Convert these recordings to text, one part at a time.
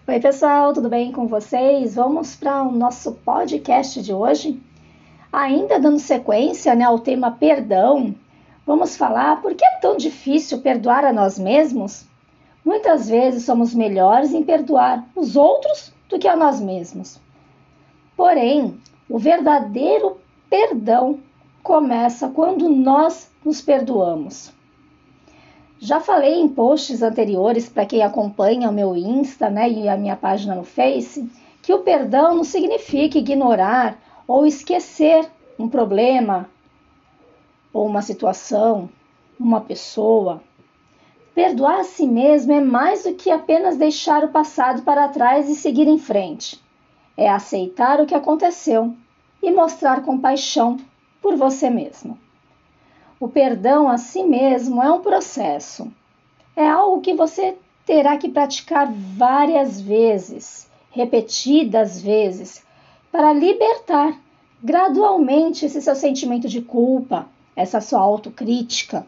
Oi, pessoal, tudo bem com vocês? Vamos para o nosso podcast de hoje. Ainda dando sequência, ao tema perdão, vamos falar por que é tão difícil perdoar a nós mesmos? Muitas vezes somos melhores em perdoar os outros do que a nós mesmos. Porém, o verdadeiro perdão começa quando nós nos perdoamos. Já falei em posts anteriores, para quem acompanha o meu Insta, e a minha página no Face, que o perdão não significa ignorar ou esquecer um problema, ou uma situação, uma pessoa. Perdoar a si mesmo é mais do que apenas deixar o passado para trás e seguir em frente. É aceitar o que aconteceu e mostrar compaixão por você mesmo. O perdão a si mesmo é um processo. É algo que você terá que praticar várias vezes, repetidas vezes, para libertar gradualmente esse seu sentimento de culpa, essa sua autocrítica.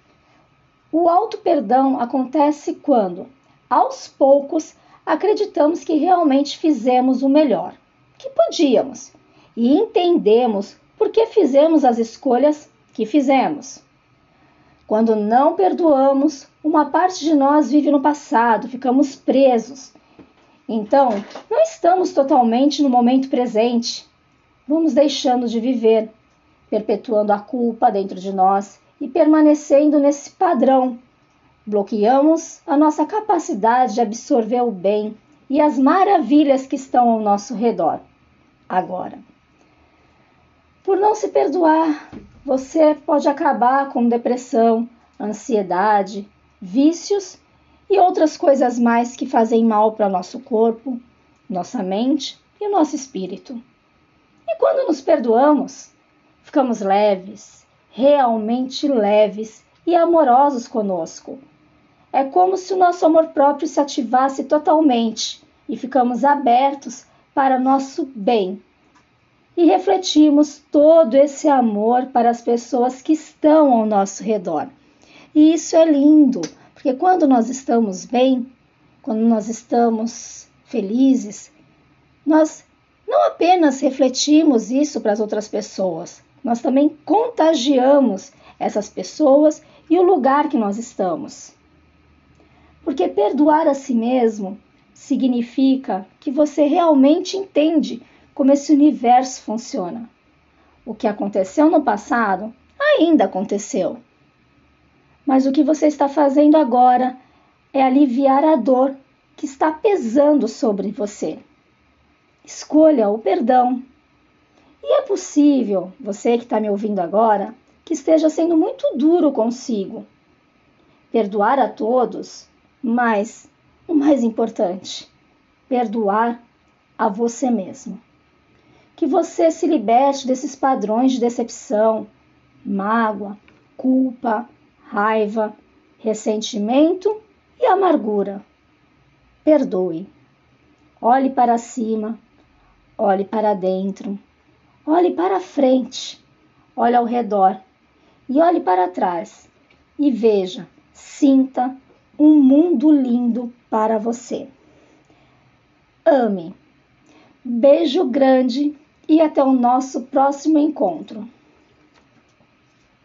O auto-perdão acontece quando, aos poucos, acreditamos que realmente fizemos o melhor que podíamos e entendemos por que fizemos as escolhas que fizemos. Quando não perdoamos, uma parte de nós vive no passado, ficamos presos. Então, não estamos totalmente no momento presente. Vamos deixando de viver, perpetuando a culpa dentro de nós e permanecendo nesse padrão. Bloqueamos a nossa capacidade de absorver o bem e as maravilhas que estão ao nosso redor. Agora, por não se perdoar, você pode acabar com depressão, ansiedade, vícios e outras coisas mais que fazem mal para o nosso corpo, nossa mente e o nosso espírito. E quando nos perdoamos, ficamos leves, realmente leves e amorosos conosco. É como se o nosso amor próprio se ativasse totalmente e ficamos abertos para o nosso bem. E refletimos todo esse amor para as pessoas que estão ao nosso redor. E isso é lindo, porque quando nós estamos bem, quando nós estamos felizes, nós não apenas refletimos isso para as outras pessoas, nós também contagiamos essas pessoas e o lugar que nós estamos. Porque perdoar a si mesmo significa que você realmente entende como esse universo funciona. O que aconteceu no passado ainda aconteceu. Mas o que você está fazendo agora é aliviar a dor que está pesando sobre você. Escolha o perdão. E é possível, você que está me ouvindo agora, que esteja sendo muito duro consigo. Perdoar a todos, mas o mais importante, perdoar a você mesmo. Que você se liberte desses padrões de decepção, mágoa, culpa, raiva, ressentimento e amargura. Perdoe. Olhe para cima, olhe para dentro, olhe para frente, olhe ao redor e olhe para trás e veja, sinta um mundo lindo para você. Ame. Beijo grande e até o nosso próximo encontro.